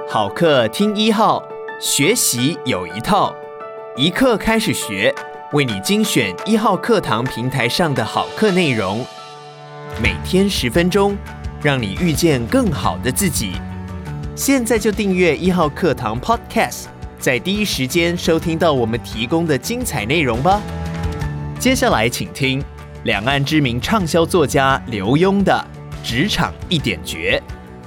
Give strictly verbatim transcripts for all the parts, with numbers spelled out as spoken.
好课听一号，学习有一套，一课开始学，为你精选一号课堂平台上的好课内容，每天十分钟，让你遇见更好的自己。现在就订阅一号课堂 Podcast， 在第一时间收听到我们提供的精彩内容吧。接下来请听两岸知名畅销作家刘墉的《职场一点诀》。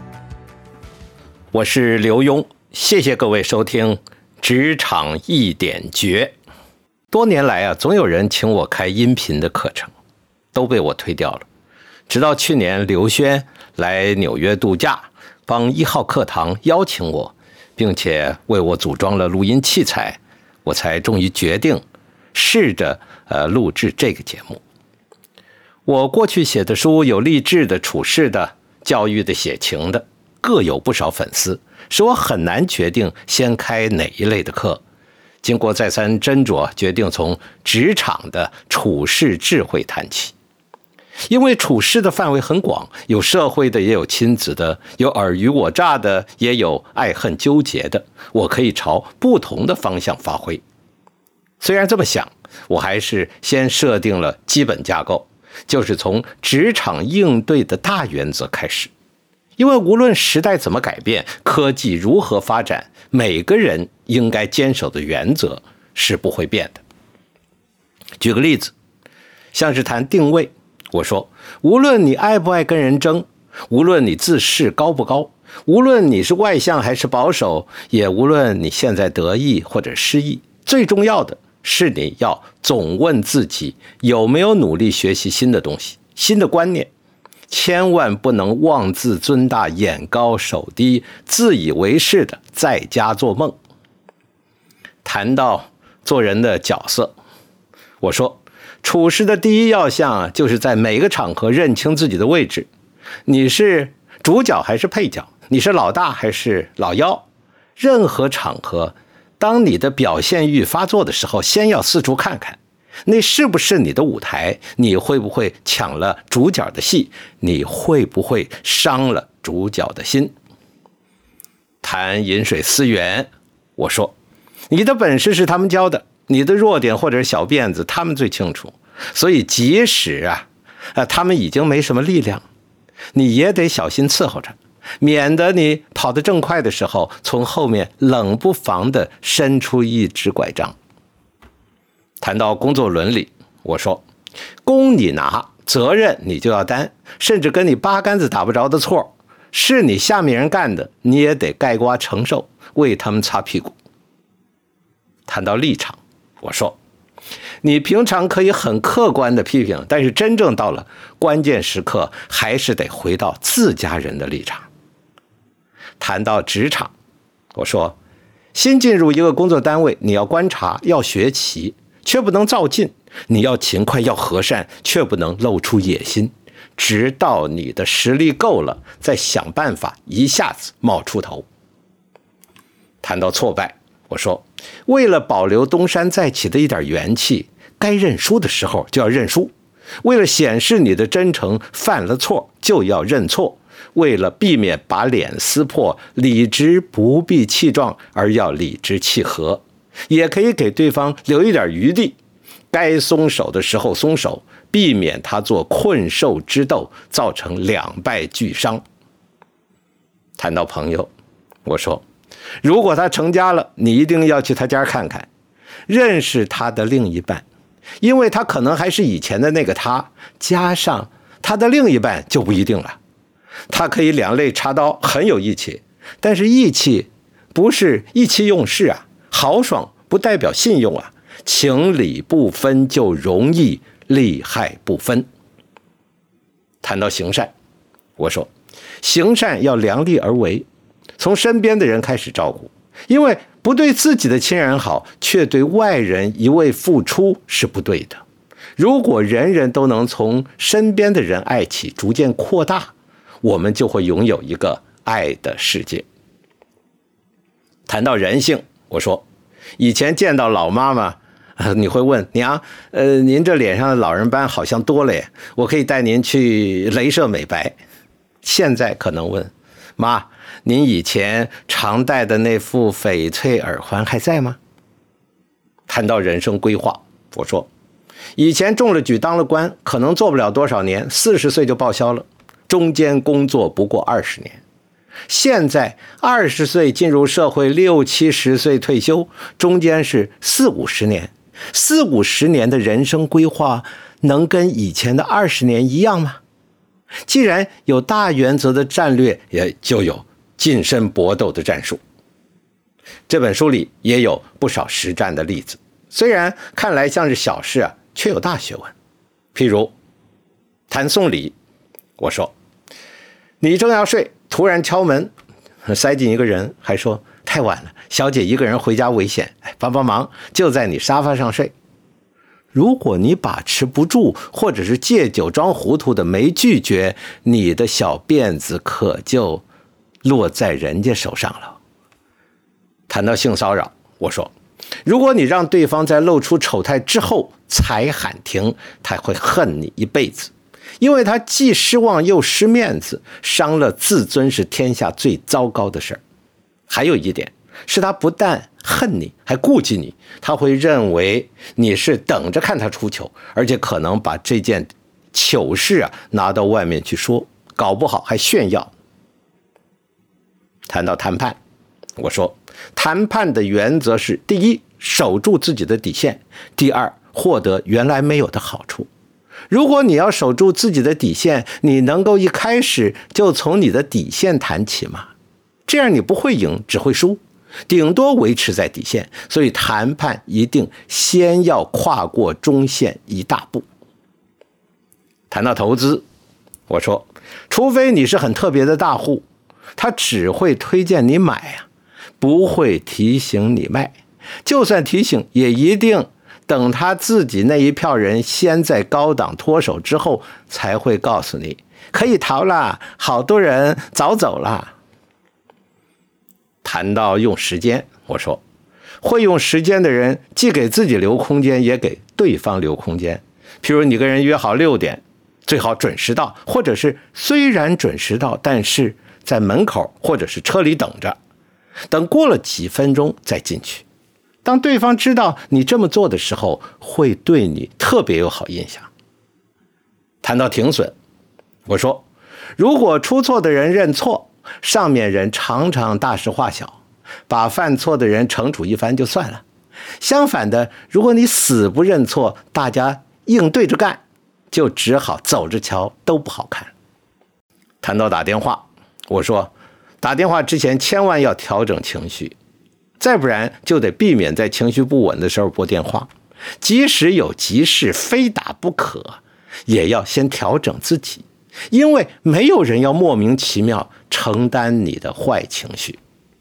我是刘墉，谢谢各位收听《职场一点诀》。多年来啊，总有人请我开音频的课程，都被我推掉了。直到去年刘轩来纽约度假，帮一号课堂邀请我，并且为我组装了录音器材，我才终于决定试着呃录制这个节目。我过去写的书有励志的、处世的、教育的、写情的，各有不少粉丝，使我很难决定先开哪一类的课。经过再三斟酌，决定从职场的处世智慧谈起。因为处世的范围很广，有社会的，也有亲子的，有尔虞我诈的，也有爱恨纠结的，我可以朝不同的方向发挥。虽然这么想，我还是先设定了基本架构，就是从职场应对的大原则开始。因为无论时代怎么改变，科技如何发展，每个人应该坚守的原则是不会变的。举个例子，像是谈定位，我说，无论你爱不爱跟人争，无论你自视高不高，无论你是外向还是保守，也无论你现在得意或者失意，最重要的是你要总问自己有没有努力学习新的东西、新的观念。千万不能妄自尊大、眼高手低、自以为是的在家做梦。谈到做人的角色，我说，处事的第一要项就是在每个场合认清自己的位置。你是主角还是配角？你是老大还是老幺？任何场合，当你的表现欲发作的时候，先要四处看看，那是不是你的舞台？你会不会抢了主角的戏？你会不会伤了主角的心？谈饮水思源，我说，你的本事是他们教的，你的弱点或者小辫子他们最清楚，所以即使啊，啊他们已经没什么力量，你也得小心伺候着，免得你跑得正快的时候，从后面冷不防地伸出一只拐杖。谈到工作伦理，我说，功你拿，责任你就要担，甚至跟你八竿子打不着的错，是你下面人干的，你也得概括承受，为他们擦屁股。谈到立场，我说，你平常可以很客观的批评，但是真正到了关键时刻，还是得回到自家人的立场。谈到职场，我说，新进入一个工作单位，你要观察，要学习，却不能躁进，你要勤快，要和善，却不能露出野心，直到你的实力够了，再想办法一下子冒出头。谈到挫败，我说，为了保留东山再起的一点元气，该认输的时候就要认输，为了显示你的真诚，犯了错就要认错，为了避免把脸撕破，理直不必气壮，而要理直气和，也可以给对方留一点余地，该松手的时候松手，避免他做困兽之斗，造成两败俱伤。谈到朋友，我说，如果他成家了，你一定要去他家看看，认识他的另一半，因为他可能还是以前的那个他，加上他的另一半就不一定了。他可以两肋插刀，很有义气，但是义气不是意气用事啊，豪爽不代表信用啊，情理不分就容易利害不分。谈到行善，我说，行善要量力而为，从身边的人开始照顾，因为不对自己的亲人好，却对外人一味付出是不对的。如果人人都能从身边的人爱起，逐渐扩大，我们就会拥有一个爱的世界。谈到人性，我说，以前见到老妈妈，你会问娘，呃，您这脸上的老人斑好像多了耶，我可以带您去雷射美白。现在可能问妈， 您以前常戴的那副翡翠耳环还在吗？谈到人生规划，我说，以前中了举当了官，可能做不了多少年，四十岁就报销了，中间工作不过二十年。现在二十岁进入社会，六七十岁退休，中间是四五十年，四五十年的人生规划能跟以前的二十年一样吗？既然有大原则的战略，也就有近身搏斗的战术。这本书里也有不少实战的例子，虽然看来像是小事啊，却有大学问。譬如谈送礼，我说，你正要睡，突然敲门，塞进一个人，还说太晚了，小姐一个人回家危险，帮帮忙，就在你沙发上睡。如果你把持不住，或者是借酒装糊涂的没拒绝，你的小辫子可就落在人家手上了。谈到性骚扰，我说，如果你让对方在露出丑态之后才喊停，他会恨你一辈子，因为他既失望又失面子，伤了自尊是天下最糟糕的事儿。还有一点是，他不但恨你，还顾忌你，他会认为你是等着看他出糗，而且可能把这件糗事啊拿到外面去说，搞不好还炫耀。谈到谈判，我说，谈判的原则是：第一，守住自己的底线；第二，获得原来没有的好处。如果你要守住自己的底线，你能够一开始就从你的底线谈起吗？这样你不会赢，只会输，顶多维持在底线。所以谈判一定先要跨过中线一大步。谈到投资，我说，除非你是很特别的大户，他只会推荐你买啊，不会提醒你卖。就算提醒，也一定等他自己那一票人先在高档脱手之后，才会告诉你可以逃了，好多人早走了。谈到用时间，我说，会用时间的人既给自己留空间，也给对方留空间。譬如你跟人约好六点，最好准时到，或者是虽然准时到，但是在门口或者是车里等着，等过了几分钟再进去。当对方知道你这么做的时候，会对你特别有好印象。谈到停损，我说，如果出错的人认错，上面人常常大事化小，把犯错的人惩处一番就算了。相反的，如果你死不认错，大家硬对着干，就只好走着瞧，都不好看。谈到打电话，我说，打电话之前千万要调整情绪，再不然就得避免在情绪不稳的时候拨电话。即使有急事非打不可，也要先调整自己，因为没有人要莫名其妙承担你的坏情绪。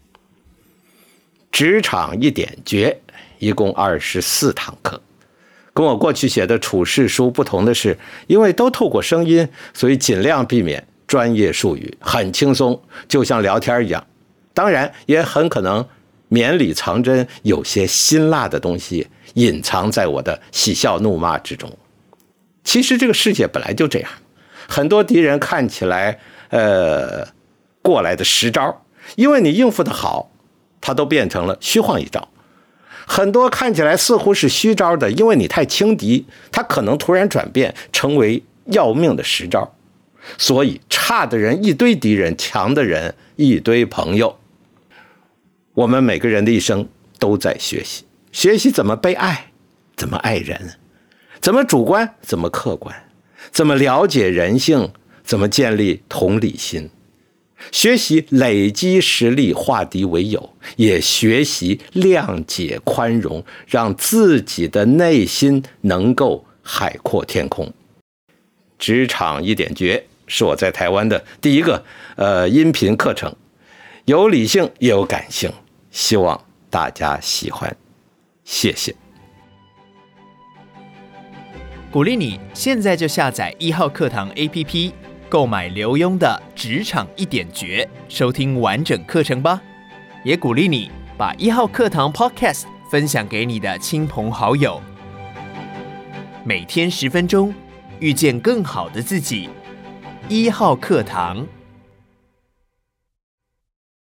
职场一点诀，一共二十四堂课。跟我过去写的处世书不同的是，因为都透过声音，所以尽量避免专业术语，很轻松，就像聊天一样。当然也很可能绵里藏针，有些辛辣的东西隐藏在我的喜笑怒骂之中。其实这个世界本来就这样，很多敌人看起来呃过来的实招，因为你应付的好，它都变成了虚晃一招。很多看起来似乎是虚招的，因为你太轻敌，它可能突然转变成为要命的实招。所以差的人一堆敌人，强的人一堆朋友。我们每个人的一生都在学习，学习怎么被爱，怎么爱人，怎么主观，怎么客观，怎么了解人性，怎么建立同理心。学习累积实力，化敌为友，也学习谅解宽容，让自己的内心能够海阔天空。职场一点诀是我在台湾的第一个呃音频课程，有理性也有感性，希望大家喜欢，谢谢。 鼓励你现在就下载一号课堂 A P P， 购买刘墉的《职场一点诀》，收听完整课程吧。也鼓励你把一号课堂 Podcast 分享给你的亲朋好友。每天十分钟，遇见更好的自己。一号课堂。